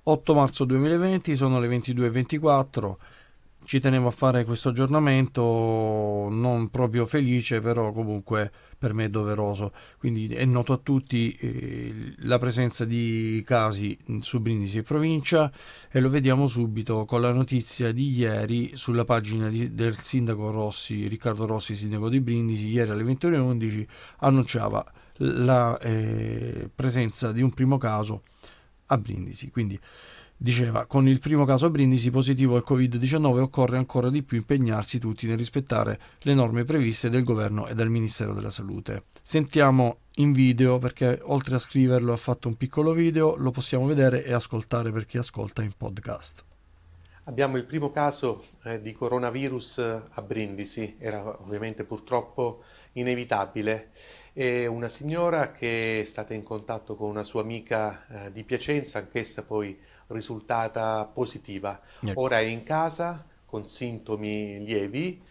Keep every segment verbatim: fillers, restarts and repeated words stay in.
otto marzo duemilaventi, sono le ventidue e ventiquattro. Ci tenevo a fare questo aggiornamento, non proprio felice, però comunque per me è doveroso. Quindi è noto a tutti eh, la presenza di casi su Brindisi e provincia, e lo vediamo subito con la notizia di ieri sulla pagina di- del sindaco Rossi, Riccardo Rossi, sindaco di Brindisi. Ieri alle ventuno e undici annunciava la eh, presenza di un primo caso a Brindisi. Quindi diceva: con il primo caso a Brindisi positivo al covid diciannove occorre ancora di più impegnarsi tutti nel rispettare le norme previste del governo e dal Ministero della Salute. Sentiamo in video, perché oltre a scriverlo ha fatto un piccolo video, lo possiamo vedere e ascoltare per chi ascolta in podcast. Abbiamo il primo caso eh, di coronavirus eh, a Brindisi, era ovviamente purtroppo inevitabile. È una signora che è stata in contatto con una sua amica eh, di Piacenza, anch'essa poi risultata positiva. Ecco. Ora è in casa con sintomi lievi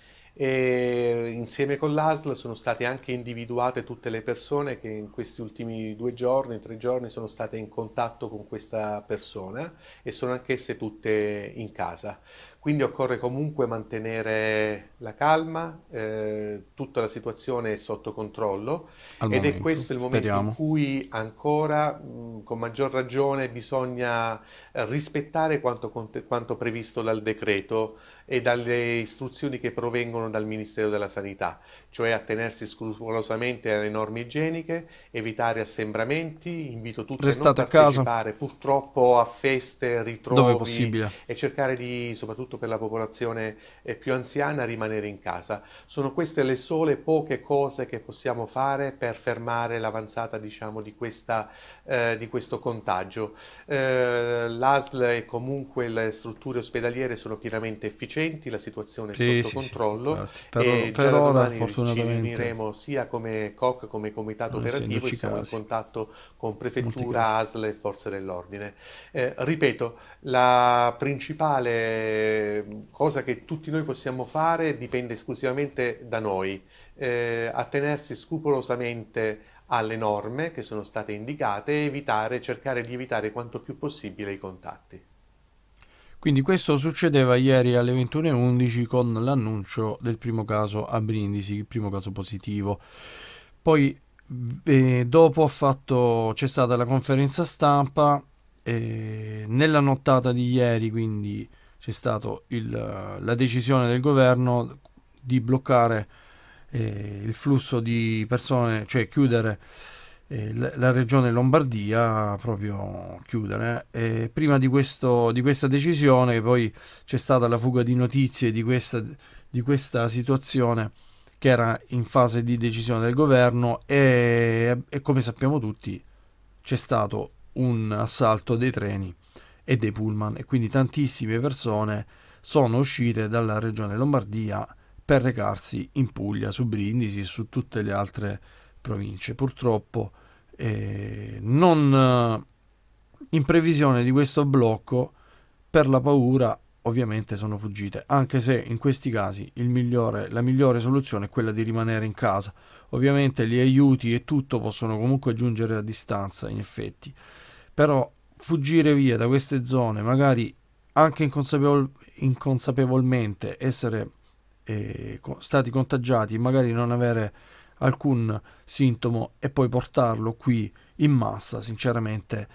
e insieme con l'A S L sono state anche individuate tutte le persone che in questi ultimi due giorni, tre giorni sono state in contatto con questa persona e sono anch'esse tutte in casa. Quindi occorre comunque mantenere la calma, eh, tutta la situazione è sotto controllo Al ed è momento, questo il momento in speriamo. cui ancora, mh, con maggior ragione, bisogna eh, rispettare quanto, conte- quanto previsto dal decreto e dalle istruzioni che provengono dal Ministero della Sanità, cioè attenersi scrupolosamente alle norme igieniche, evitare assembramenti, invito tutti a non Restate a casa partecipare purtroppo a feste, dove ritrovi possibile. e cercare di, soprattutto per la popolazione eh, più anziana, rimanere in casa. Sono queste le sole poche cose che possiamo fare per fermare l'avanzata, diciamo, di questa, eh, di questo contagio. Eh, L'A S L e comunque le strutture ospedaliere sono pienamente efficienti, la situazione è Sì, sotto sì, sì, controllo infatti. Per, e già per da ora, domani ci fortunatamente, riuniremo sia come C O C come comitato non operativo e essendoci siamo in casi, contatto con molti casi. prefettura, A S L e forze dell'ordine. Eh, ripeto, la principale cosa che tutti noi possiamo fare dipende esclusivamente da noi, eh, attenersi scrupolosamente alle norme che sono state indicate e evitare, cercare di evitare quanto più possibile i contatti. Quindi questo succedeva ieri alle ventuno e undici con l'annuncio del primo caso a Brindisi, il primo caso positivo. Poi eh, dopo ha fatto, c'è stata la conferenza stampa, eh, nella nottata di ieri, quindi c'è stata la decisione del governo di bloccare eh, il flusso di persone, cioè chiudere eh, la, la regione Lombardia, proprio chiudere. E prima di, questo, di questa decisione poi c'è stata la fuga di notizie di questa, di questa situazione che era in fase di decisione del governo, e, e come sappiamo tutti c'è stato un assalto dei treni e dei pullman, e quindi tantissime persone sono uscite dalla regione Lombardia per recarsi in Puglia, su Brindisi e su tutte le altre province. Purtroppo eh, non in previsione di questo blocco, per la paura, ovviamente sono fuggite, anche se in questi casi il migliore, la migliore soluzione è quella di rimanere in casa. Ovviamente gli aiuti e tutto possono comunque giungere a distanza, in effetti, però fuggire via da queste zone, magari anche inconsapevol- inconsapevolmente essere eh, stati contagiati, magari non avere alcun sintomo e poi portarlo qui in massa, sinceramente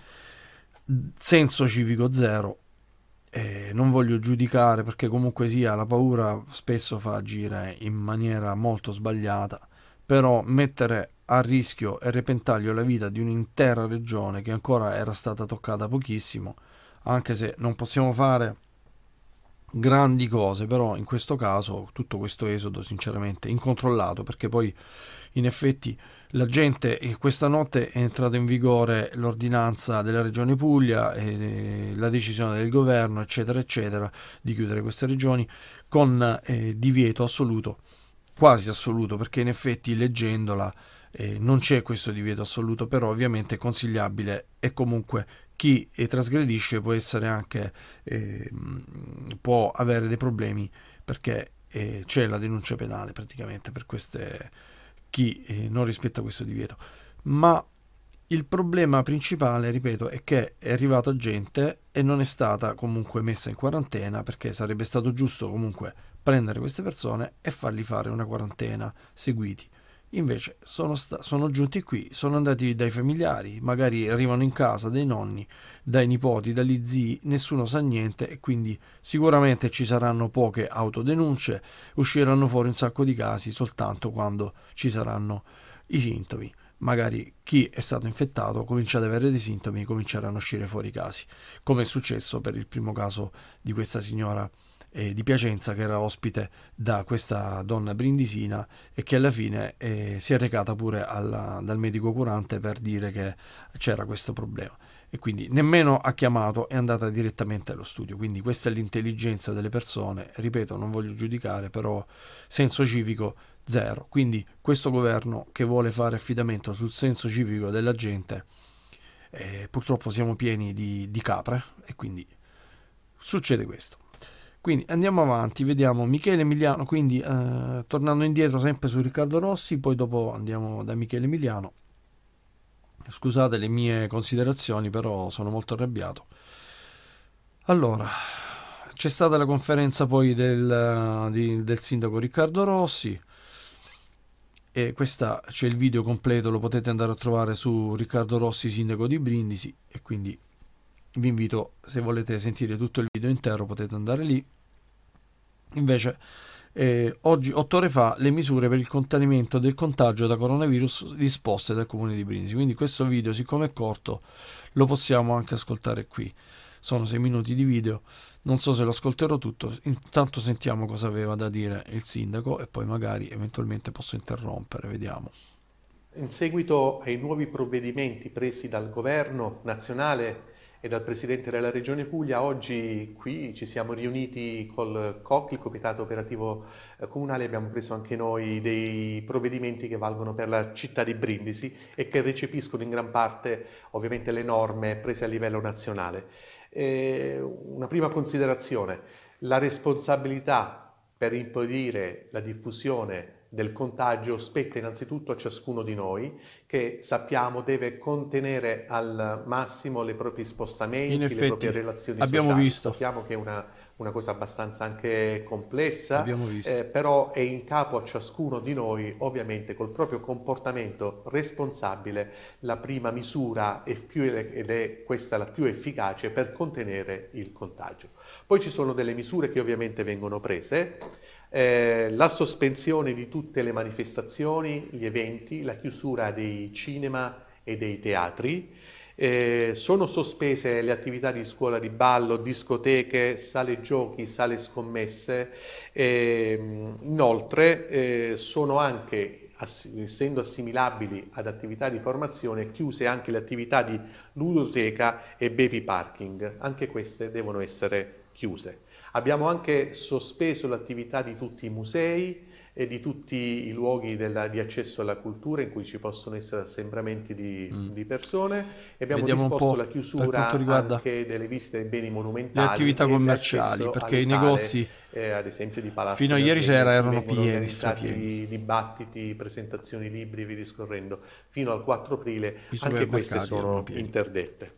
senso civico zero. Eh, non voglio giudicare, perché comunque sia la paura spesso fa agire in maniera molto sbagliata, però mettere a rischio e repentaglio la vita di un'intera regione che ancora era stata toccata pochissimo, anche se non possiamo fare grandi cose, però in questo caso tutto questo esodo sinceramente incontrollato, perché poi in effetti la gente, questa notte è entrata in vigore l'ordinanza della regione Puglia e la decisione del governo eccetera eccetera di chiudere queste regioni con eh, divieto assoluto, quasi assoluto, perché in effetti leggendola eh, non c'è questo divieto assoluto, però ovviamente è consigliabile, e comunque chi eh, trasgredisce può essere anche eh, può avere dei problemi, perché eh, c'è la denuncia penale praticamente per queste chi eh, non rispetta questo divieto. Ma Il problema principale, ripeto, è che è arrivata gente e non è stata comunque messa in quarantena, perché sarebbe stato giusto comunque prendere queste persone e fargli fare una quarantena seguiti. Invece sono, sta- sono giunti qui, sono andati dai familiari, magari arrivano in casa dai nonni, dai nipoti, dagli zii, nessuno sa niente e quindi sicuramente ci saranno poche autodenunce, usciranno fuori un sacco di casi soltanto quando ci saranno i sintomi. Magari chi è stato infettato comincia ad avere dei sintomi e cominceranno a uscire fuori i casi, come è successo per il primo caso di questa signora eh, di Piacenza che era ospite da questa donna brindisina e che alla fine eh, si è recata pure alla- dal medico curante per dire che c'era questo problema e quindi nemmeno ha chiamato, è andata direttamente allo studio. Quindi questa è l'intelligenza delle persone, ripeto, non voglio giudicare, però senso civico zero. Quindi questo governo che vuole fare affidamento sul senso civico della gente, eh, purtroppo siamo pieni di, di capre e quindi succede questo. Quindi andiamo avanti, vediamo Michele Emiliano, quindi eh, tornando indietro sempre su Riccardo Rossi, poi dopo andiamo da Michele Emiliano. Scusate le mie considerazioni, però sono molto arrabbiato. Allora, c'è stata la conferenza poi del, di- del sindaco Riccardo Rossi e questa c'è il video completo, lo potete andare a trovare su Riccardo Rossi, sindaco di Brindisi, e quindi vi invito, se volete sentire tutto il video intero, potete andare lì. Invece, eh, oggi, otto ore fa, le misure per il contenimento del contagio da coronavirus disposte dal comune di Brindisi. Quindi questo video, siccome è corto, lo possiamo anche ascoltare qui. Sono sei minuti di video, non so se lo ascolterò tutto, intanto sentiamo cosa aveva da dire il sindaco e poi magari eventualmente posso interrompere, vediamo. In seguito ai nuovi provvedimenti presi dal governo nazionale e dal Presidente della Regione Puglia, oggi qui ci siamo riuniti col C O C, il Comitato Operativo eh, Comunale, abbiamo preso anche noi dei provvedimenti che valgono per la città di Brindisi e che recepiscono in gran parte ovviamente le norme prese a livello nazionale. Eh, una prima considerazione: la responsabilità per impedire la diffusione del contagio spetta innanzitutto a ciascuno di noi, che sappiamo deve contenere al massimo le propri In spostamenti, le proprie effetti, relazioni abbiamo sociali. visto, Sappiamo che è una, una cosa abbastanza anche complessa, abbiamo visto. eh, però è in capo a ciascuno di noi, ovviamente col proprio comportamento responsabile, la prima misura è più, ed è questa la più efficace per contenere il contagio. Poi ci sono delle misure che ovviamente vengono prese. Eh, la sospensione di tutte le manifestazioni, gli eventi, la chiusura dei cinema e dei teatri, eh, sono sospese le attività di scuola di ballo, discoteche, sale giochi, sale scommesse. Eh, inoltre eh, sono anche, ass- essendo assimilabili ad attività di formazione, chiuse anche le attività di ludoteca e baby parking. Anche queste devono essere chiuse. Abbiamo anche sospeso l'attività di tutti i musei e di tutti i luoghi della- di accesso alla cultura in cui ci possono essere assembramenti di, Mm. di persone e abbiamo Vediamo un disposto po' la per quanto chiusura riguarda anche delle visite ai beni le monumentali attività e commerciali, l'accesso perché alle i sale, negozi eh, ad esempio di Palazzo fino a ieri Gardenia, sera in cui erano vengono pieni, strapieni. organizzati dibattiti, presentazioni, libri e via discorrendo. Fino al quattro aprile I anche queste supermercati erano sono pieni. interdette.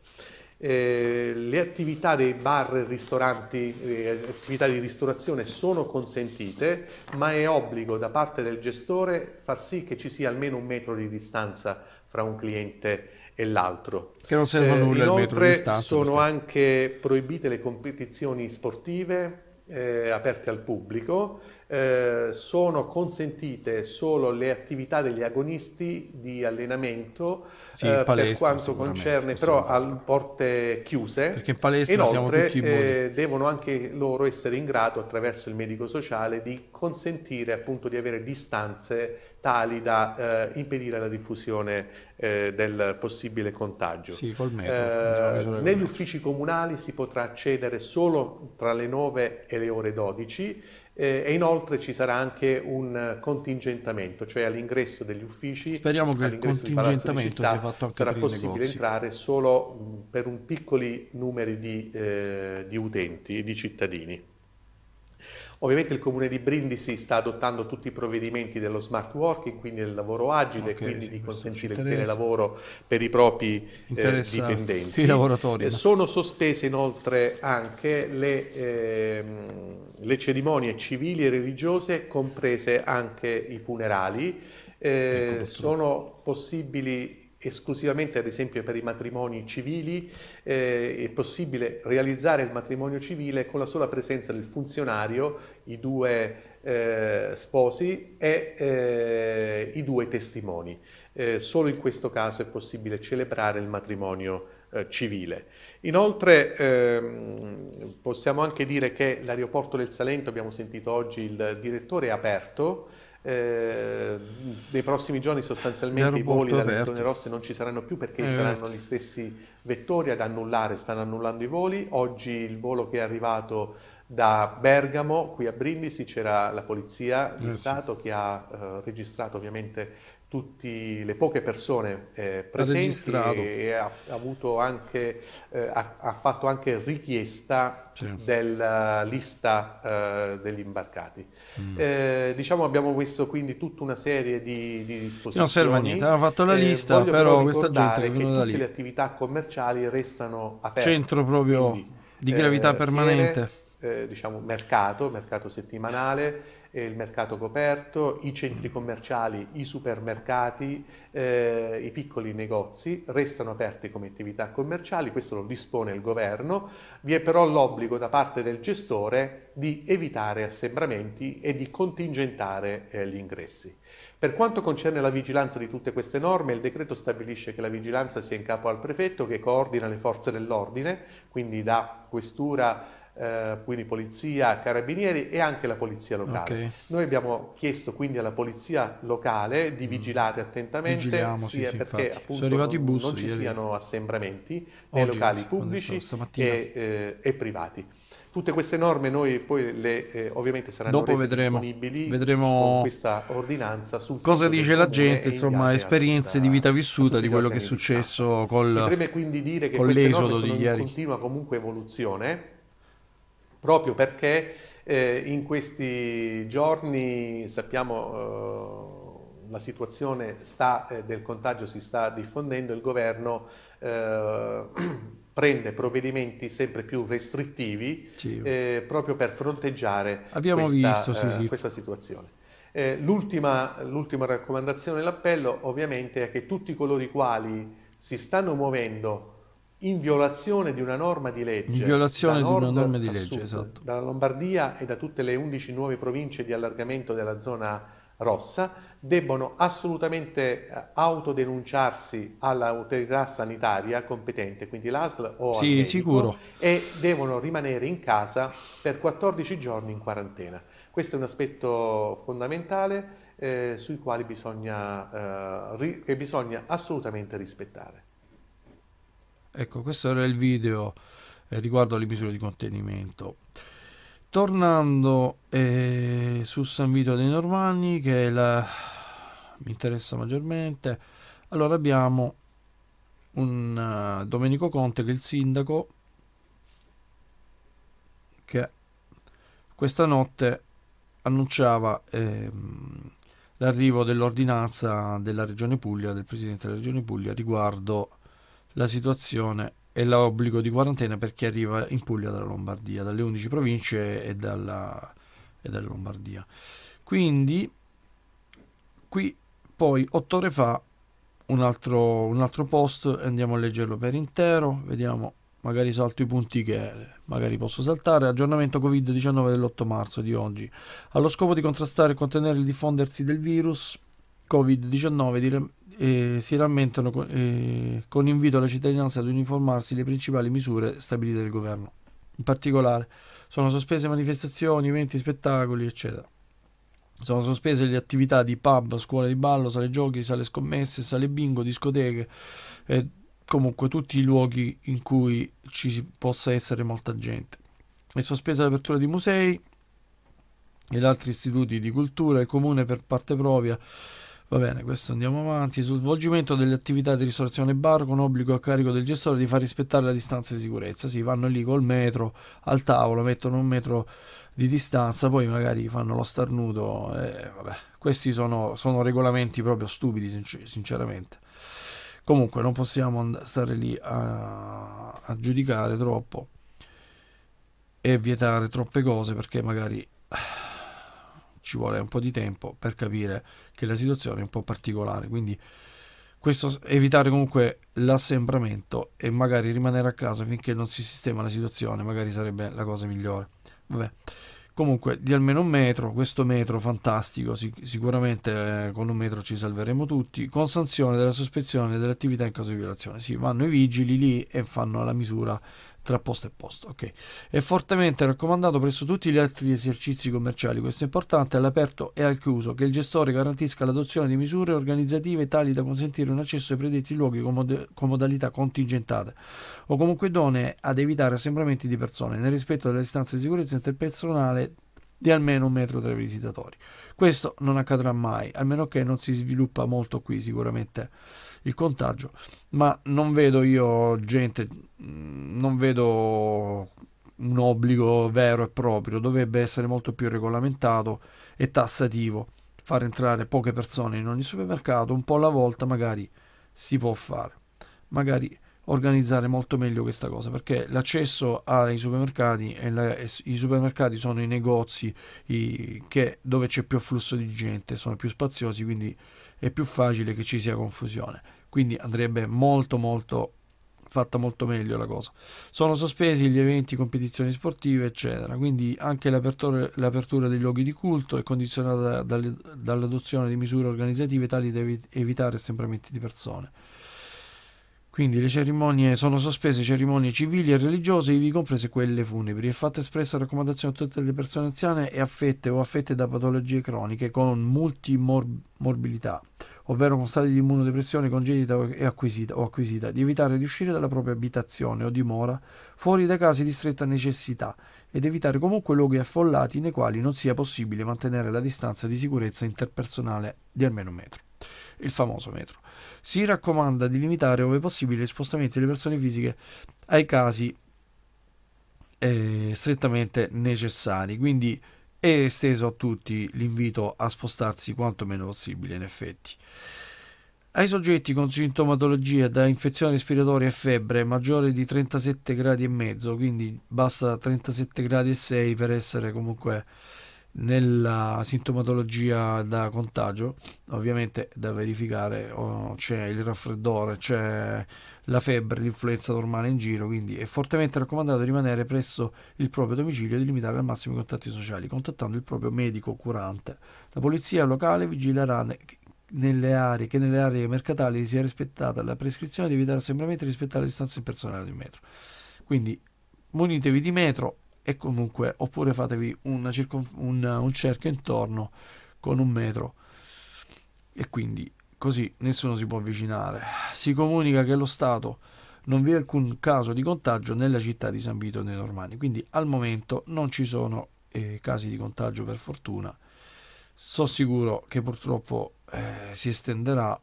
Eh, le attività dei bar e ristoranti, eh, attività di ristorazione sono consentite, ma è obbligo da parte del gestore far sì che ci sia almeno un metro di distanza fra un cliente e l'altro. Che non serve a Eh, nulla il metro di inoltre distanza sono perché anche proibite le competizioni sportive eh, aperte al pubblico. Eh, sono consentite solo le attività degli agonisti di allenamento, sì, in eh, per palestra quanto sicuramente concerne possiamo però a farlo. porte chiuse. Perché in E palestra siamo tutti inoltre immuni. eh, devono anche loro essere in grado, attraverso il medico sociale, di consentire appunto di avere distanze tali da eh, impedire la diffusione eh, del possibile contagio. Sì, col metro, andiamo a Eh, misurare col negli metro. uffici comunali si potrà accedere solo tra le nove e le ore dodici. Eh, e inoltre ci sarà anche un contingentamento, cioè all'ingresso degli uffici, Speriamo che il all'ingresso di Palazzo di contingentamento sia Città, fatto anche sarà per i possibile negozi. entrare solo mh, per un piccoli numeri di, eh, di utenti e di cittadini. Ovviamente il Comune di Brindisi sta adottando tutti i provvedimenti dello smart working, quindi del lavoro agile, Ok, quindi sì, di questo ci consentire il interessa. telelavoro per i propri eh, Interessa i dipendenti. lavoratori, Eh, ma sono sospese inoltre anche le, ehm, le cerimonie civili e religiose, comprese anche i funerali. ecco Eh, purtroppo. sono possibili esclusivamente, ad esempio, per i matrimoni civili. Eh, è possibile realizzare il matrimonio civile con la sola presenza del funzionario, i due eh, sposi e eh, i due testimoni. Eh, solo in questo caso è possibile celebrare il matrimonio eh, civile. Inoltre ehm, possiamo anche dire che l'aeroporto del Salento, abbiamo sentito oggi il direttore, è aperto. Eh, nei prossimi giorni sostanzialmente i voli L'aeroporto è dalle zone aperto. rosse non ci saranno più, perché È saranno aperto. gli stessi vettori ad annullare, stanno annullando i voli. Oggi il volo che è arrivato da Bergamo qui a Brindisi, c'era la Polizia di Eh sì. Stato che ha eh, registrato ovviamente tutte le poche persone eh, Ha presenti, registrato. e ha, ha avuto anche, eh, ha, ha fatto anche richiesta Sì. della lista eh, degli imbarcati. Mm. Eh, diciamo abbiamo messo quindi tutta una serie di, di Che non serve a niente. disposizioni. Hanno fatto la Eh, lista, voglio però però questa gente che ricordare è che venuta da tutte le lì. attività commerciali restano aperte, Centro proprio quindi di gravità eh, permanente. fiere, eh, diciamo mercato, mercato settimanale, eh, il mercato coperto, i centri commerciali, i supermercati, eh, i piccoli negozi restano aperti come attività commerciali. Questo lo dispone il governo. Vi è però l'obbligo da parte del gestore di evitare assembramenti e di contingentare eh, gli ingressi. Per quanto concerne la vigilanza di tutte queste norme, il decreto stabilisce che la vigilanza sia in capo al prefetto, che coordina le forze dell'ordine, quindi da questura, eh, quindi polizia, carabinieri e anche la polizia locale. Ok. Noi abbiamo chiesto quindi alla polizia locale di Mm. vigilare attentamente, Vigiliamo, sì, sia sì, perché infatti. Sono appunto arrivati i non, bus non ci ieri. siano assembramenti nei Oggi, locali anzi, quando è stato pubblici stamattina. e, eh, e privati. Tutte queste norme noi poi le, eh, ovviamente saranno Dopo rese vedremo. disponibili con Vedremo questa ordinanza sul cosa sito del dice la comune gente, e insomma, inviate a, esperienze di vita tutta- a vissuta tutti di gli quello che è organi di stampa. successo Mi col, preme quindi dire che con queste norme l'esodo sono di in ieri. continua comunque evoluzione, proprio perché eh, in questi giorni sappiamo eh, la situazione sta, eh, del contagio si sta diffondendo, il governo eh, prende provvedimenti sempre più restrittivi Sì. eh, proprio per fronteggiare Abbiamo visto, sì, questa, eh, sì. questa situazione. Eh, l'ultima, l'ultima raccomandazione, l'appello ovviamente è che tutti coloro i quali si stanno muovendo in violazione di una norma di In legge da violazione di una nord norma di a legge, sud, esatto. dalla Lombardia e da tutte le undici nuove province di allargamento della zona rossa, debbono assolutamente eh, autodenunciarsi all'autorità sanitaria competente, quindi l'A S L o al Sì, medico, sicuro. e devono rimanere in casa per quattordici giorni in quarantena. Questo è un aspetto fondamentale eh, sui quali bisogna, eh, ri- che bisogna assolutamente rispettare. Ecco, questo era il video eh, riguardo alle misure di contenimento. Tornando eh, su San Vito dei Normanni, che è la... mi interessa maggiormente, allora abbiamo un uh, Domenico Conte, che è il sindaco, che questa notte annunciava ehm, l'arrivo dell'ordinanza della Regione Puglia, del Presidente della Regione Puglia, riguardo la situazione e l'obbligo di quarantena per chi arriva in Puglia dalla Lombardia, dalle undici province e dalla, e dalla Lombardia. Quindi, qui poi, otto ore fa, un altro, un altro post, andiamo a leggerlo per intero, vediamo, magari salto i punti che magari posso saltare. Aggiornamento covid diciannove dell'otto marzo di oggi. Allo scopo di contrastare e contenere il diffondersi del virus covid diciannove dire, eh, si rammentano con, eh, con invito alla cittadinanza ad uniformarsi le principali misure stabilite dal governo. In particolare sono sospese manifestazioni, eventi, spettacoli, eccetera. Sono sospese le attività di pub, scuole di ballo, sale giochi, sale scommesse, sale bingo, discoteche, e comunque tutti i luoghi in cui ci possa essere molta gente. È sospesa l'apertura di musei ed altri istituti di cultura. Il comune, per parte propria, Va bene, questo andiamo avanti. Sul svolgimento delle attività di ristorazione bar con obbligo a carico del gestore di far rispettare la distanza di sicurezza. Sì, vanno lì col metro al tavolo, mettono un metro di distanza, poi magari fanno lo starnuto. E vabbè, questi sono, sono regolamenti proprio stupidi, sincer- sinceramente. Comunque non possiamo and- stare lì a, a giudicare troppo e vietare troppe cose, perché magari ci vuole un po' di tempo per capire che la situazione è un po' particolare. Quindi questo, evitare comunque l'assembramento e magari rimanere a casa finché non si sistema la situazione, magari sarebbe la cosa migliore. Vabbè. Comunque di almeno un metro, questo metro fantastico, sic- sicuramente eh, con un metro ci salveremo tutti, con sanzione della sospensione dell'attività in caso di violazione. Sì, vanno i vigili lì e fanno la misura tra posto e posto. Ok. È fortemente raccomandato presso tutti gli altri esercizi commerciali, questo è importante, all'aperto e al chiuso, che il gestore garantisca l'adozione di misure organizzative tali da consentire un accesso ai predetti luoghi con, mod- con modalità contingentate o comunque idonee ad evitare assembramenti di persone, nel rispetto delle distanze di sicurezza interpersonale di almeno un metro tra i visitatori. Questo non accadrà mai, a meno che non si sviluppa molto qui sicuramente il contagio, ma non vedo io gente, non vedo un obbligo vero e proprio, dovrebbe essere molto più regolamentato e tassativo, far entrare poche persone in ogni supermercato, un po' alla volta magari si può fare, magari organizzare molto meglio questa cosa, perché l'accesso ai supermercati e la, e i supermercati sono i negozi i, che, dove c'è più afflusso di gente, sono più spaziosi, quindi è più facile che ci sia confusione, quindi andrebbe molto molto fatta molto meglio la cosa. Sono sospesi gli eventi, competizioni sportive eccetera, quindi anche l'apertura, l'apertura dei luoghi di culto è condizionata dalle, dall'adozione di misure organizzative tali da evitare assembramenti di persone. Quindi le cerimonie sono sospese, cerimonie civili e religiose, ivi comprese quelle funebri. È fatta espressa raccomandazione a tutte le persone anziane e affette o affette da patologie croniche con multimorbilità, ovvero con stati di immunodepressione congenita e acquisita, o acquisita, di evitare di uscire dalla propria abitazione o dimora fuori dai casi di stretta necessità ed evitare comunque luoghi affollati nei quali non sia possibile mantenere la distanza di sicurezza interpersonale di almeno un metro. Il famoso metro. Si raccomanda di limitare ove possibile gli spostamenti delle persone fisiche ai casi eh, strettamente necessari, quindi è esteso a tutti l'invito a spostarsi quanto meno possibile in effetti. Ai soggetti con sintomatologia da infezione respiratoria e febbre maggiore di trentasette gradi e mezzo, quindi basta trentasette gradi e sei per essere comunque nella sintomatologia da contagio, ovviamente da verificare, oh, c'è il raffreddore, c'è la febbre, l'influenza normale in giro, quindi è fortemente raccomandato di rimanere presso il proprio domicilio e di limitare al massimo i contatti sociali, contattando il proprio medico curante. La polizia locale vigilerà nelle aree che nelle aree mercatali sia rispettata la prescrizione di evitare assembramenti e rispettare la distanza personale di un metro. Quindi munitevi di metro e comunque oppure fatevi una circon- un, un cerchio intorno con un metro e quindi così nessuno si può avvicinare. Si comunica che allo Stato non vi è alcun caso di contagio nella città di San Vito nei Normanni, quindi al momento non ci sono eh, casi di contagio, per fortuna. Sono sicuro che purtroppo eh, si estenderà,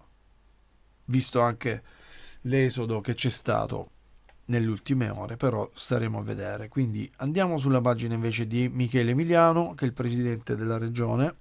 visto anche l'esodo che c'è stato nelle ultime ore, però staremo a vedere. Quindi andiamo sulla pagina invece di Michele Emiliano, che è il presidente della regione,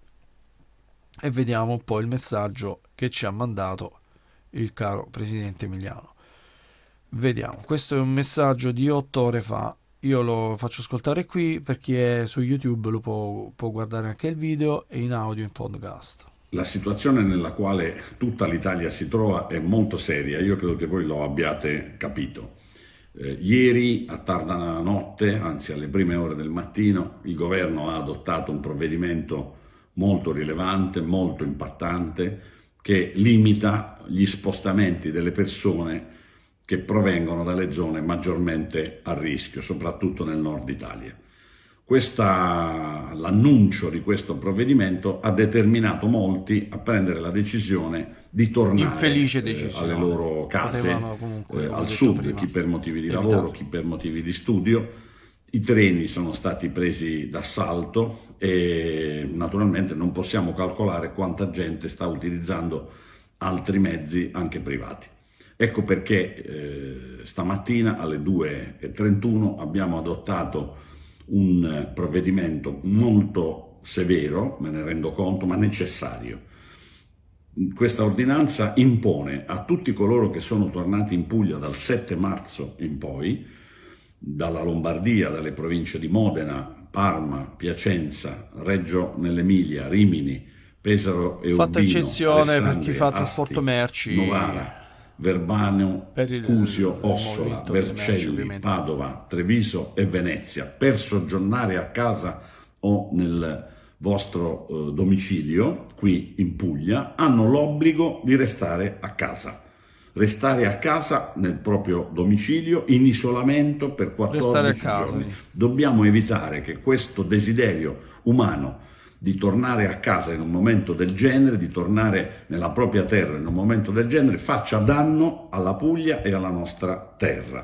e vediamo un po' il messaggio che ci ha mandato il caro presidente Emiliano. Vediamo, questo è un messaggio di otto ore fa, io lo faccio ascoltare qui, per chi è su YouTube lo può, può guardare anche il video e in audio in podcast. La situazione nella quale tutta l'Italia si trova è molto seria, io credo che voi lo abbiate capito. Eh, ieri a tarda notte, anzi alle prime ore del mattino, il governo ha adottato un provvedimento molto rilevante, molto impattante, che limita gli spostamenti delle persone che provengono dalle zone maggiormente a rischio, soprattutto nel nord Italia. Questa, l'annuncio di questo provvedimento ha determinato molti a prendere la decisione di tornare eh, alle loro case, eh, al sud, prima. chi per motivi di Evitato. lavoro, chi per motivi di studio, I treni sono stati presi d'assalto e naturalmente non possiamo calcolare quanta gente sta utilizzando altri mezzi anche privati. Ecco perché eh, stamattina alle due e trentuno abbiamo adottato un provvedimento molto severo, me ne rendo conto, ma necessario. Questa ordinanza impone a tutti coloro che sono tornati in Puglia dal sette marzo in poi, dalla Lombardia, dalle province di Modena, Parma, Piacenza, Reggio nell'Emilia, Rimini, Pesaro e Urbino, fatta eccezione per chi fa Asti, trasporto merci, Novara, Verbano, per il, Cusio, il Ossola, Vercelli, merci, Padova, Treviso e Venezia, per soggiornare a casa o nel vostro eh, domicilio qui in Puglia, hanno l'obbligo di restare a casa. Restare a casa nel proprio domicilio in isolamento per quattordici giorni. Sì. Dobbiamo evitare che questo desiderio umano di tornare a casa in un momento del genere, di tornare nella propria terra in un momento del genere, faccia danno alla Puglia e alla nostra terra.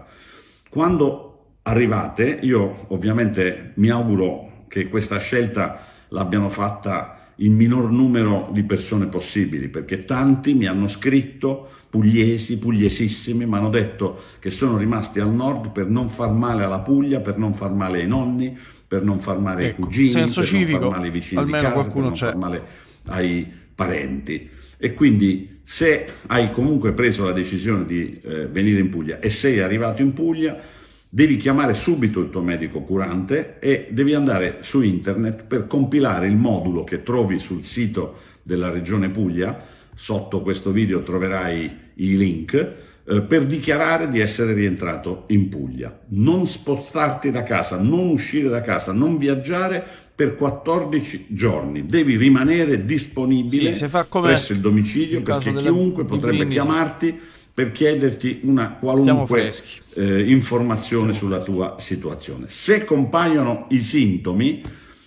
Quando arrivate, io ovviamente mi auguro che questa scelta l'abbiano fatta il minor numero di persone possibili, perché tanti mi hanno scritto, pugliesi, pugliesissimi, mi hanno detto che sono rimasti al nord per non far male alla Puglia, per non far male ai nonni, per non far male ai ecco, cugini, senso per civico, non far male ai vicini almeno di casa, qualcuno per non c'è. far male ai parenti. E quindi se hai comunque preso la decisione di eh, venire in Puglia e sei arrivato in Puglia, devi chiamare subito il tuo medico curante e devi andare su internet per compilare il modulo che trovi sul sito della Regione Puglia. Sotto questo video troverai i link eh, per dichiarare di essere rientrato in Puglia. Non spostarti da casa, non uscire da casa, non viaggiare per quattordici giorni. Devi rimanere disponibile sì, fa come presso il domicilio, il perché della, chiunque potrebbe Brindisi. chiamarti per chiederti una qualunque eh, informazione Stiamo sulla freschi. tua situazione. Se compaiono i sintomi,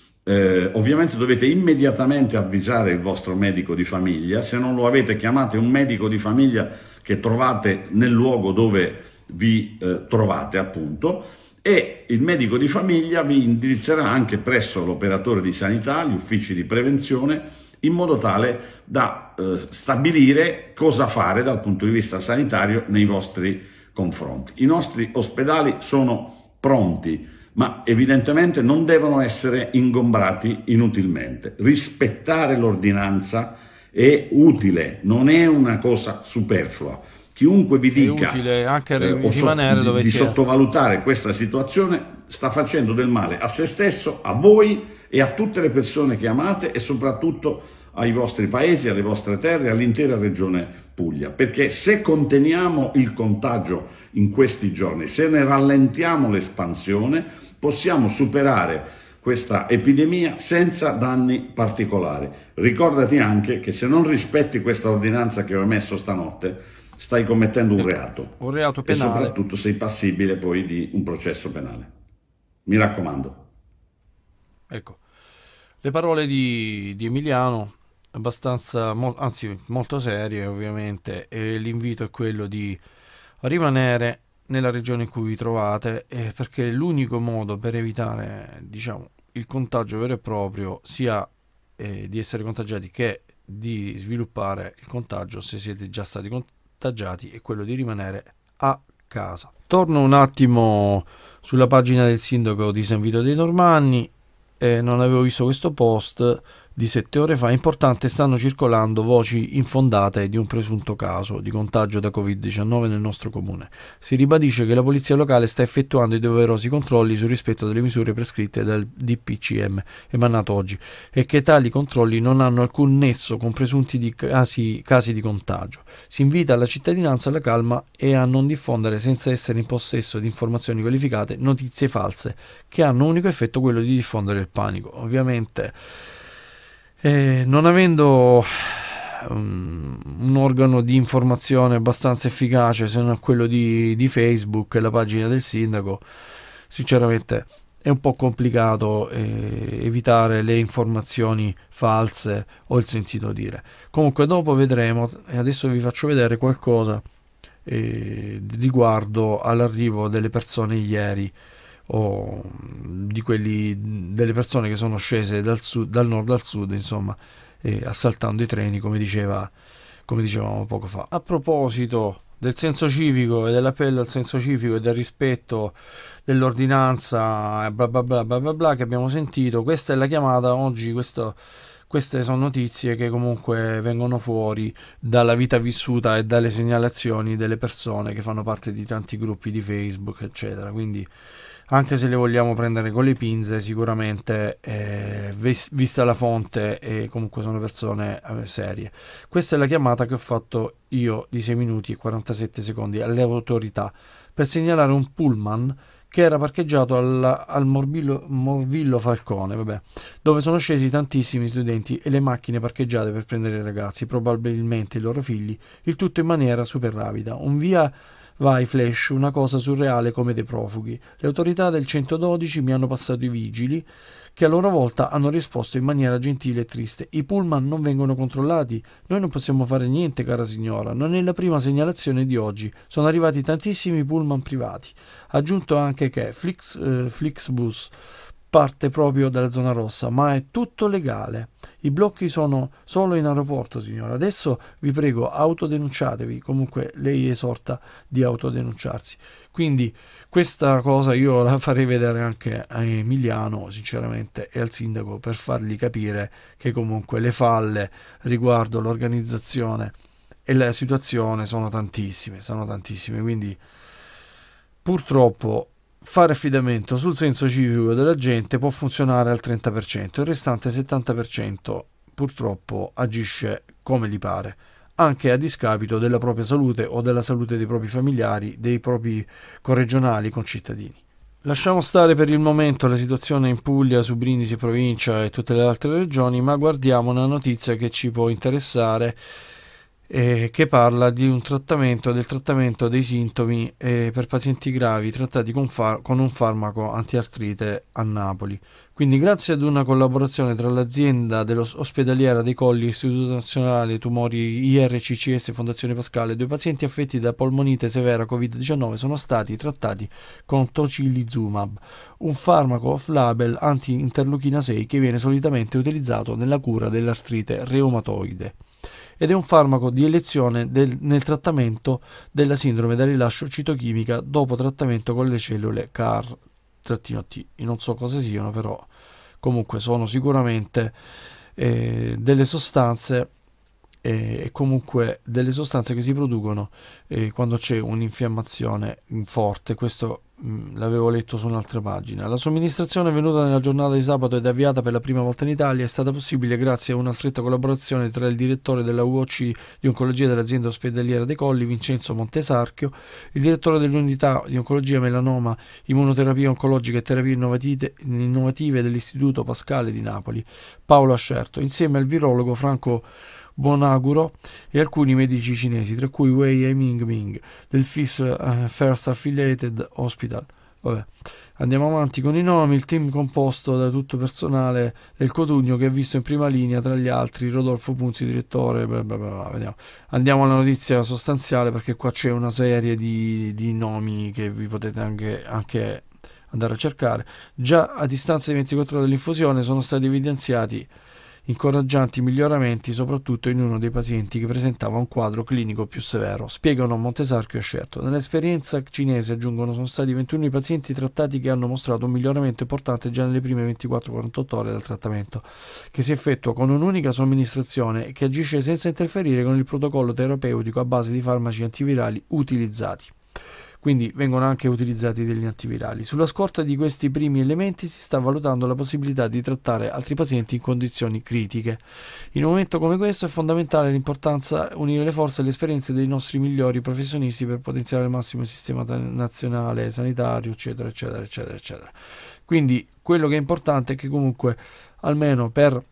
eh, ovviamente dovete immediatamente avvisare il vostro medico di famiglia. Se non lo avete, chiamate un medico di famiglia che trovate nel luogo dove vi eh, trovate, appunto, e il medico di famiglia vi indirizzerà anche presso l'operatore di sanità, gli uffici di prevenzione, in modo tale da eh, stabilire cosa fare dal punto di vista sanitario nei vostri confronti. I nostri ospedali sono pronti, ma evidentemente non devono essere ingombrati inutilmente. Rispettare l'ordinanza è utile, non è una cosa superflua. Chiunque vi dica è utile anche eh, o rimanere so, dove di, di sottovalutare questa situazione sta facendo del male a se stesso, a voi e a tutte le persone che amate e soprattutto ai vostri paesi, alle vostre terre, all'intera regione Puglia, perché se conteniamo il contagio in questi giorni, se ne rallentiamo l'espansione, possiamo superare questa epidemia senza danni particolari. Ricordati anche che se non rispetti questa ordinanza che ho emesso stanotte, stai commettendo un reato, un reato penale, e soprattutto sei passibile poi di un processo penale. Mi raccomando. Ecco, le parole di, di Emiliano, abbastanza, mo, anzi molto serie ovviamente, e l'invito è quello di rimanere nella regione in cui vi trovate, eh, perché l'unico modo per evitare, diciamo, il contagio vero e proprio, sia eh, di essere contagiati che di sviluppare il contagio se siete già stati contagiati, è quello di rimanere a casa. Torno un attimo sulla pagina del sindaco di San Vito dei Normanni. Eh, non avevo visto questo post di sette ore fa. Importante, stanno circolando voci infondate di un presunto caso di contagio da covid diciannove nel nostro comune. Si ribadisce che la polizia locale sta effettuando i doverosi controlli sul rispetto delle misure prescritte dal D P C M emanato oggi e che tali controlli non hanno alcun nesso con presunti di casi, casi di contagio. Si invita la cittadinanza alla calma e a non diffondere, senza essere in possesso di informazioni qualificate, notizie false che hanno unico effetto quello di diffondere il panico. Ovviamente eh, non avendo um, un organo di informazione abbastanza efficace se non quello di, di Facebook e la pagina del sindaco, sinceramente è un po' complicato eh, evitare le informazioni false o il sentito dire. Comunque dopo vedremo, e adesso vi faccio vedere qualcosa eh, riguardo all'arrivo delle persone ieri, o di quelli delle persone che sono scese dal, sud, dal nord al sud, insomma, eh, assaltando i treni, come diceva, come dicevamo poco fa. A proposito del senso civico e dell'appello al senso civico e del rispetto dell'ordinanza e bla bla bla bla bla bla che abbiamo sentito, questa è la chiamata oggi. Questo, queste sono notizie che comunque vengono fuori dalla vita vissuta e dalle segnalazioni delle persone che fanno parte di tanti gruppi di Facebook, eccetera. Quindi, anche se le vogliamo prendere con le pinze, sicuramente eh, vista la fonte, e eh, comunque sono persone eh, serie. Questa è la chiamata che ho fatto io di sei minuti e quarantasette secondi alle autorità per segnalare un pullman che era parcheggiato alla, al Morbillo, Morvillo Falcone, vabbè, dove sono scesi tantissimi studenti e le macchine parcheggiate per prendere i ragazzi, probabilmente i loro figli, il tutto in maniera super rapida. Un via vai flash, una cosa surreale come dei profughi. Le autorità del centododici mi hanno passato i vigili, che a loro volta hanno risposto in maniera gentile e triste: i pullman non vengono controllati, noi non possiamo fare niente, cara signora, non è la prima segnalazione di oggi, sono arrivati tantissimi pullman privati. Ha aggiunto anche che Flix, eh, Flixbus parte proprio dalla zona rossa, ma è tutto legale. I blocchi sono solo in aeroporto, signora. Adesso vi prego, autodenunciatevi. Comunque lei esorta di autodenunciarsi. Quindi questa cosa io la farei vedere anche a Emiliano, sinceramente, e al sindaco, per fargli capire che comunque le falle riguardo l'organizzazione e la situazione sono tantissime, sono tantissime. Quindi purtroppo fare affidamento sul senso civico della gente può funzionare al trenta per cento, il restante settanta per cento purtroppo agisce come gli pare, anche a discapito della propria salute o della salute dei propri familiari, dei propri corregionali, concittadini. Lasciamo stare per il momento la situazione in Puglia, su Brindisi, provincia e tutte le altre regioni, ma guardiamo una notizia che ci può interessare, Eh, che parla di un trattamento, del trattamento dei sintomi eh, per pazienti gravi trattati con, far- con un farmaco antiartrite a Napoli. Quindi, grazie ad una collaborazione tra l'azienda ospedaliera dei Colli, Istituto Nazionale Tumori I R C C S e Fondazione Pascale, due pazienti affetti da polmonite severa covid diciannove sono stati trattati con tocilizumab, un farmaco off-label anti-interleuchina sei che viene solitamente utilizzato nella cura dell'artrite reumatoide. Ed è un farmaco di elezione del, nel trattamento della sindrome da rilascio citochimica dopo trattamento con le cellule C A R-T. Io non so cosa siano, però comunque sono sicuramente eh, delle sostanze e eh, comunque delle sostanze che si producono eh, quando c'è un'infiammazione forte. Questo mh, l'avevo letto su un'altra pagina. La somministrazione venuta nella giornata di sabato ed avviata per la prima volta in Italia è stata possibile grazie a una stretta collaborazione tra il direttore della U O C di oncologia dell'azienda ospedaliera dei Colli, Vincenzo Montesarchio, il direttore dell'unità di oncologia melanoma, immunoterapia oncologica e terapie innovative, innovative dell'Istituto Pascale di Napoli, Paolo Ascerto, insieme al virologo Franco Bonaguro e alcuni medici cinesi, tra cui Wei Yiming Ming del F I S uh, First Affiliated Hospital. Vabbè. Andiamo avanti con i nomi. Il team composto da tutto personale del Cotugno che ha visto in prima linea tra gli altri Rodolfo Punzi, direttore, bla bla bla. Vediamo. Andiamo alla notizia sostanziale, perché qua c'è una serie di, di nomi che vi potete anche, anche andare a cercare. Già a distanza di ventiquattro ore dall'infusione sono stati evidenziati incoraggianti miglioramenti, soprattutto in uno dei pazienti che presentava un quadro clinico più severo, spiegano Montesarchio e Ascerto. Nell'esperienza cinese, aggiungono, sono stati ventuno i pazienti trattati che hanno mostrato un miglioramento importante già nelle prime ventiquattro quarantotto ore del trattamento, che si effettua con un'unica somministrazione e che agisce senza interferire con il protocollo terapeutico a base di farmaci antivirali utilizzati. Quindi vengono anche utilizzati degli antivirali. Sulla scorta di questi primi elementi si sta valutando la possibilità di trattare altri pazienti in condizioni critiche. In un momento come questo è fondamentale l'importanza unire le forze e le esperienze dei nostri migliori professionisti per potenziare al massimo il sistema nazionale sanitario, eccetera, eccetera, eccetera, eccetera. Quindi quello che è importante è che comunque, almeno per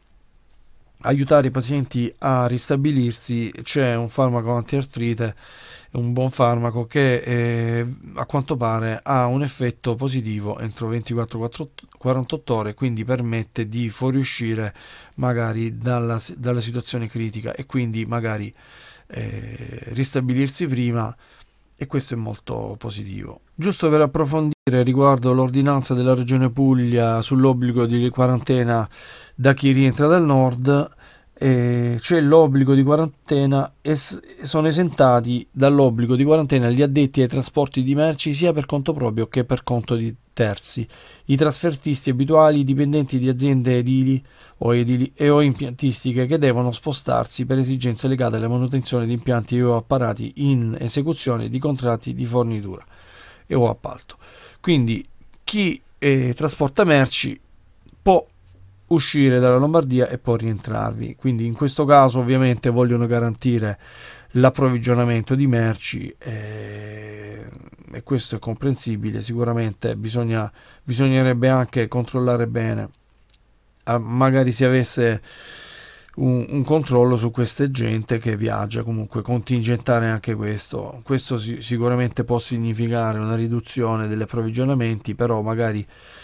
aiutare i pazienti a ristabilirsi, c'è un farmaco antiartrite, un buon farmaco che eh, a quanto pare ha un effetto positivo entro ventiquattro quarantotto ore, quindi permette di fuoriuscire magari dalla, dalla situazione critica e quindi magari eh, ristabilirsi prima e questo è molto positivo. Giusto per approfondire riguardo l'ordinanza della Regione Puglia sull'obbligo di quarantena da chi rientra dal nord, eh, c'è l'obbligo di quarantena e s- sono esentati dall'obbligo di quarantena gli addetti ai trasporti di merci sia per conto proprio che per conto di terzi, i trasfertisti abituali, i dipendenti di aziende edili o edili e o impiantistiche che devono spostarsi per esigenze legate alla manutenzione di impianti o apparati in esecuzione di contratti di fornitura e o appalto. Quindi chi eh, trasporta merci può uscire dalla Lombardia e poi rientrarvi. Quindi in questo caso ovviamente vogliono garantire l'approvvigionamento di merci eh, e questo è comprensibile. Sicuramente bisogna, bisognerebbe anche controllare bene, ah, magari si avesse un, un controllo su questa gente che viaggia, comunque contingentare anche questo. Questo si, sicuramente può significare una riduzione degli approvvigionamenti, però magari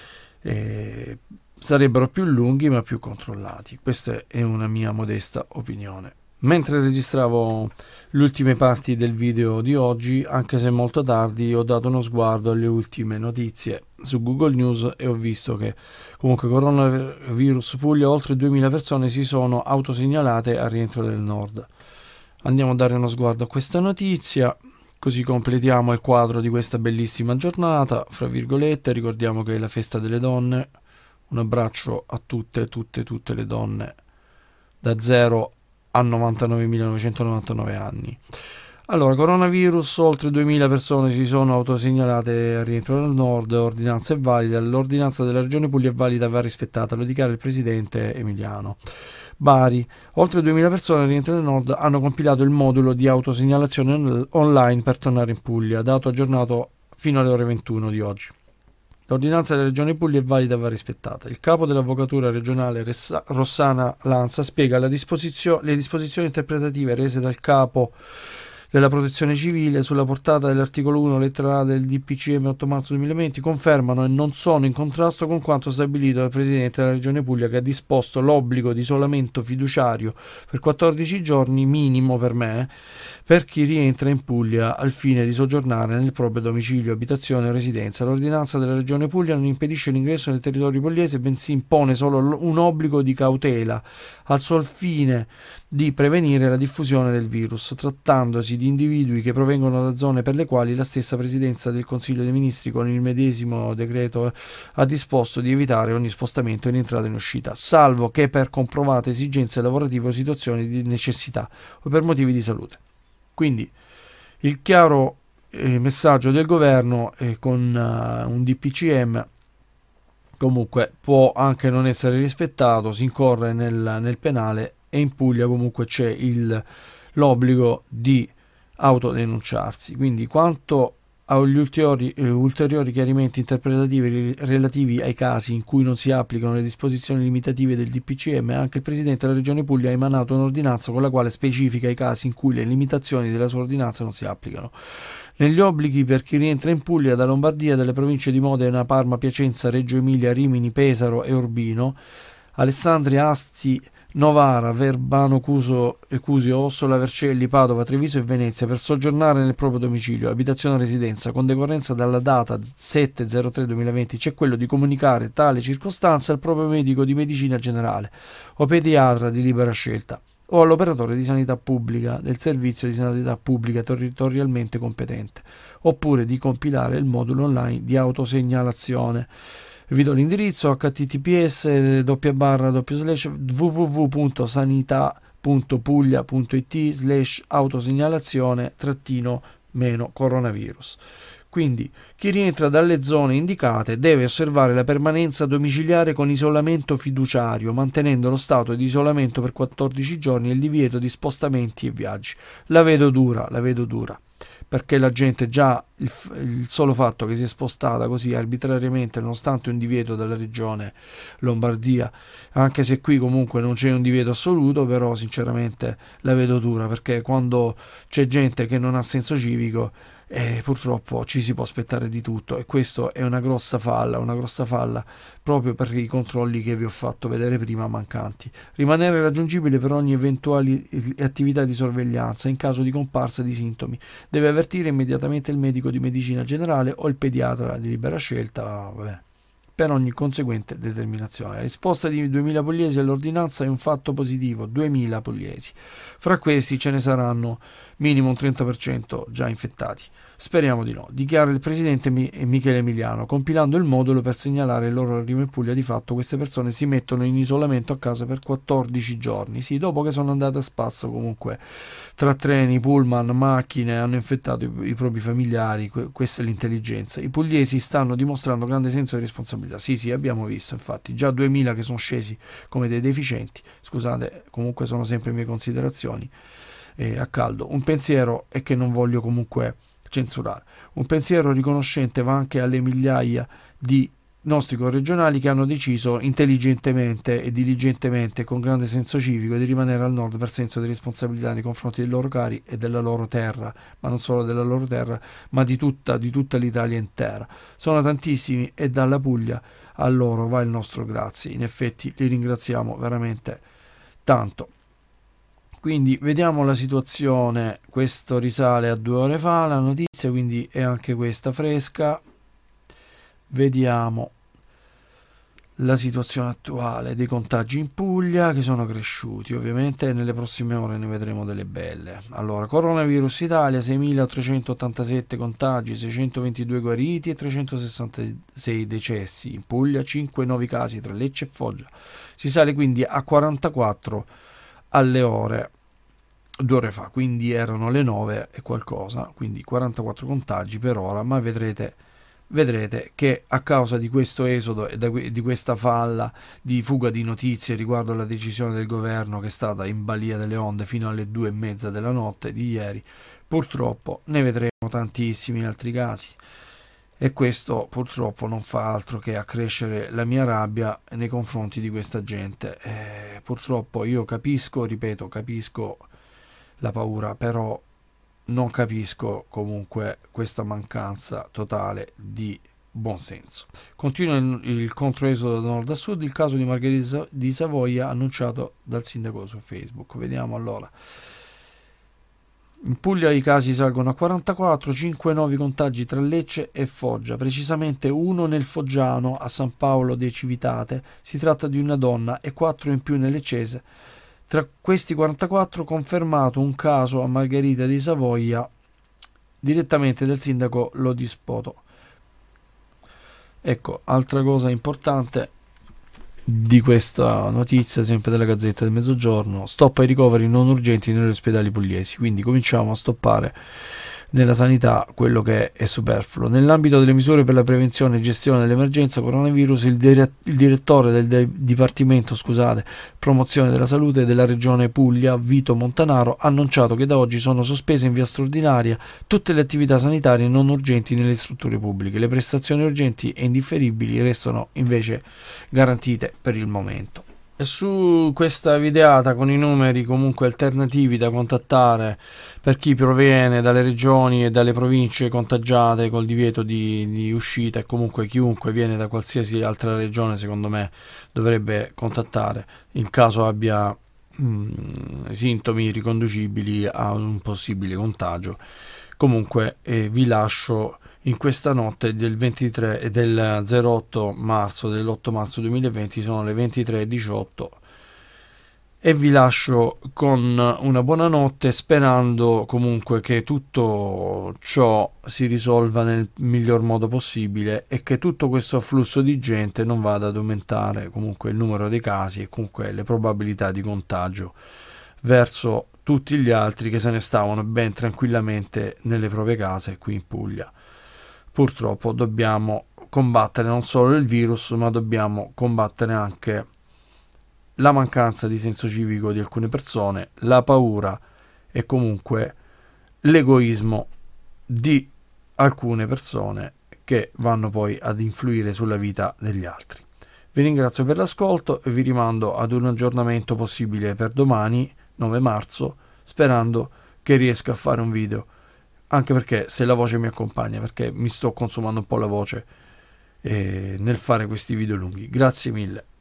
eh, sarebbero più lunghi ma più controllati. Questa è una mia modesta opinione. Mentre registravo le ultime parti del video di oggi, anche se molto tardi, ho dato uno sguardo alle ultime notizie su Google News e ho visto che comunque coronavirus Puglia, oltre duemila persone si sono autosegnalate al rientro del nord. Andiamo a dare uno sguardo a questa notizia, così completiamo il quadro di questa bellissima giornata, fra virgolette. Ricordiamo che è la festa delle donne. Un abbraccio a tutte, tutte, tutte le donne da zero a novantanovemilanovecentonovantanove anni. Allora, coronavirus, oltre duemila persone si sono autosegnalate al rientro dal nord, ordinanza è valida, l'ordinanza della Regione Puglia è valida, va rispettata, lo dichiara il presidente Emiliano. Bari, oltre duemila persone al rientro dal nord hanno compilato il modulo di autosegnalazione online per tornare in Puglia, dato aggiornato fino alle ore ventuno di oggi. L'ordinanza della Regione Puglia è valida e va rispettata. Il capo dell'Avvocatura regionale Rossana Lanza spiega la disposizio- le disposizioni interpretative rese dal capo della Protezione Civile sulla portata dell'articolo uno lettera A del D P C M otto marzo duemilaventi confermano e non sono in contrasto con quanto stabilito dal Presidente della Regione Puglia, che ha disposto l'obbligo di isolamento fiduciario per quattordici giorni minimo per me per chi rientra in Puglia al fine di soggiornare nel proprio domicilio, abitazione o residenza. L'ordinanza della Regione Puglia non impedisce l'ingresso nel territorio pugliese, bensì impone solo un obbligo di cautela al sol fine di prevenire la diffusione del virus, trattandosi di individui che provengono da zone per le quali la stessa Presidenza del Consiglio dei Ministri con il medesimo decreto ha disposto di evitare ogni spostamento in entrata e in uscita, salvo che per comprovate esigenze lavorative o situazioni di necessità o per motivi di salute. Quindi il chiaro eh, messaggio del governo è con uh, un D P C M comunque può anche non essere rispettato, si incorre nel, nel penale e in Puglia comunque c'è il, l'obbligo di autodenunciarsi. Quindi quanto agli ulteriori, eh, ulteriori chiarimenti interpretativi relativi ai casi in cui non si applicano le disposizioni limitative del D P C M, anche il Presidente della Regione Puglia ha emanato un'ordinanza con la quale specifica i casi in cui le limitazioni della sua ordinanza non si applicano. Negli obblighi per chi rientra in Puglia da Lombardia, dalle province di Modena, Parma, Piacenza, Reggio Emilia, Rimini, Pesaro e Urbino, Alessandria, Asti, Novara, Verbano, Cuso, Cusio, Ossola, Vercelli, Padova, Treviso e Venezia per soggiornare nel proprio domicilio, abitazione o residenza, con decorrenza dalla data sette zero tre duemilaventi, c'è quello di comunicare tale circostanza al proprio medico di medicina generale o pediatra di libera scelta o all'operatore di sanità pubblica del servizio di sanità pubblica territorialmente competente, oppure di compilare il modulo online di autosegnalazione. Vi do l'indirizzo h t t p s doppia barra doppio slash w w w punto sanità punto puglia punto i t slash autosegnalazione trattino meno coronavirus. Quindi chi rientra dalle zone indicate deve osservare la permanenza domiciliare con isolamento fiduciario, mantenendo lo stato di isolamento per quattordici giorni e il divieto di spostamenti e viaggi. La vedo dura, la vedo dura. Perché la gente già il, il solo fatto che si è spostata così arbitrariamente nonostante un divieto dalla regione Lombardia, anche se qui comunque non c'è un divieto assoluto, però sinceramente la vedo dura, perché quando c'è gente che non ha senso civico e purtroppo ci si può aspettare di tutto, e questo è una grossa falla, una grossa falla proprio per i controlli che vi ho fatto vedere prima mancanti. Rimanere raggiungibile per ogni eventuale attività di sorveglianza in caso di comparsa di sintomi. Deve avvertire immediatamente il medico di medicina generale o il pediatra di libera scelta, vabbè, per ogni conseguente determinazione. La risposta di duemila pugliesi all'ordinanza è un fatto positivo, duemila pugliesi. Fra questi ce ne saranno minimo un trenta per cento già infettati. Speriamo di no, dichiara il presidente Michele Emiliano, compilando il modulo per segnalare il loro arrivo in Puglia. Di fatto queste persone si mettono in isolamento a casa per quattordici giorni, sì, dopo che sono andate a spasso comunque tra treni, pullman, macchine, hanno infettato i, i propri familiari. Que- questa è l'intelligenza. I pugliesi stanno dimostrando grande senso di responsabilità, sì sì, abbiamo visto infatti già duemila che sono scesi come dei deficienti. Scusate, comunque sono sempre mie considerazioni eh, a caldo. Un pensiero è che non voglio comunque censurare. Un pensiero riconoscente va anche alle migliaia di nostri corregionali che hanno deciso intelligentemente e diligentemente, con grande senso civico, di rimanere al nord per senso di responsabilità nei confronti dei loro cari e della loro terra, ma non solo della loro terra, ma di tutta, di tutta l'Italia intera. Sono tantissimi e dalla Puglia a loro va il nostro grazie. In effetti li ringraziamo veramente tanto. Quindi vediamo la situazione, questo risale a due ore fa la notizia, quindi è anche questa fresca. Vediamo la situazione attuale dei contagi in Puglia, che sono cresciuti, ovviamente nelle prossime ore ne vedremo delle belle. Allora, coronavirus Italia, seimilatrecentottantasette contagi, seicentoventidue guariti e trecentosessantasei decessi. In Puglia cinque nuovi casi tra Lecce e Foggia. Si sale quindi a quarantaquattro alle ore due ore fa, quindi erano le nove e qualcosa, quindi quarantaquattro contagi per ora, ma vedrete vedrete che a causa di questo esodo e di questa falla di fuga di notizie riguardo alla decisione del governo, che è stata in balia delle onde fino alle due e mezza della notte di ieri, purtroppo ne vedremo tantissimi altri casi. E questo purtroppo non fa altro che accrescere la mia rabbia nei confronti di questa gente. Eh, purtroppo io capisco, ripeto, capisco la paura, però non capisco comunque questa mancanza totale di buonsenso. Continua il, il controesodo da nord a sud, il caso di Margherita di Savoia annunciato dal sindaco su Facebook. Vediamo allora. In Puglia i casi salgono a quarantaquattro, cinque nuovi contagi tra Lecce e Foggia, precisamente uno nel Foggiano a San Paolo de Civitate, si tratta di una donna, e quattro in più nel Leccese. Tra questi quarantaquattro confermato un caso a Margherita di Savoia direttamente dal sindaco Lodi Spoto. Ecco, altra cosa importante di questa notizia, sempre della Gazzetta del Mezzogiorno: stop ai ricoveri non urgenti negli ospedali pugliesi. Quindi cominciamo a stoppare nella sanità quello che è superfluo. Nell'ambito delle misure per la prevenzione e gestione dell'emergenza coronavirus, il, dire- il direttore del de- Dipartimento scusate, Promozione della Salute della Regione Puglia, Vito Montanaro, ha annunciato che da oggi sono sospese in via straordinaria tutte le attività sanitarie non urgenti nelle strutture pubbliche. Le prestazioni urgenti e indifferibili restano invece garantite per il momento. E su questa videata con i numeri comunque alternativi da contattare per chi proviene dalle regioni e dalle province contagiate col divieto di, di uscita, e comunque chiunque viene da qualsiasi altra regione secondo me dovrebbe contattare in caso abbia mh, sintomi riconducibili a un possibile contagio. Comunque eh, vi lascio in questa notte del ventitré e del zero otto marzo dell'otto marzo duemilaventi, sono le ventitré e diciotto, e vi lascio con una buonanotte, sperando comunque che tutto ciò si risolva nel miglior modo possibile e che tutto questo afflusso di gente non vada ad aumentare comunque il numero dei casi e comunque le probabilità di contagio verso tutti gli altri che se ne stavano ben tranquillamente nelle proprie case qui in Puglia. Purtroppo dobbiamo combattere non solo il virus, ma dobbiamo combattere anche la mancanza di senso civico di alcune persone, la paura e comunque l'egoismo di alcune persone che vanno poi ad influire sulla vita degli altri. Vi ringrazio per l'ascolto e vi rimando ad un aggiornamento possibile per domani, nove marzo, sperando che riesca a fare un video anche perché se la voce mi accompagna, perché mi sto consumando un po' la voce eh, nel fare questi video lunghi. Grazie mille.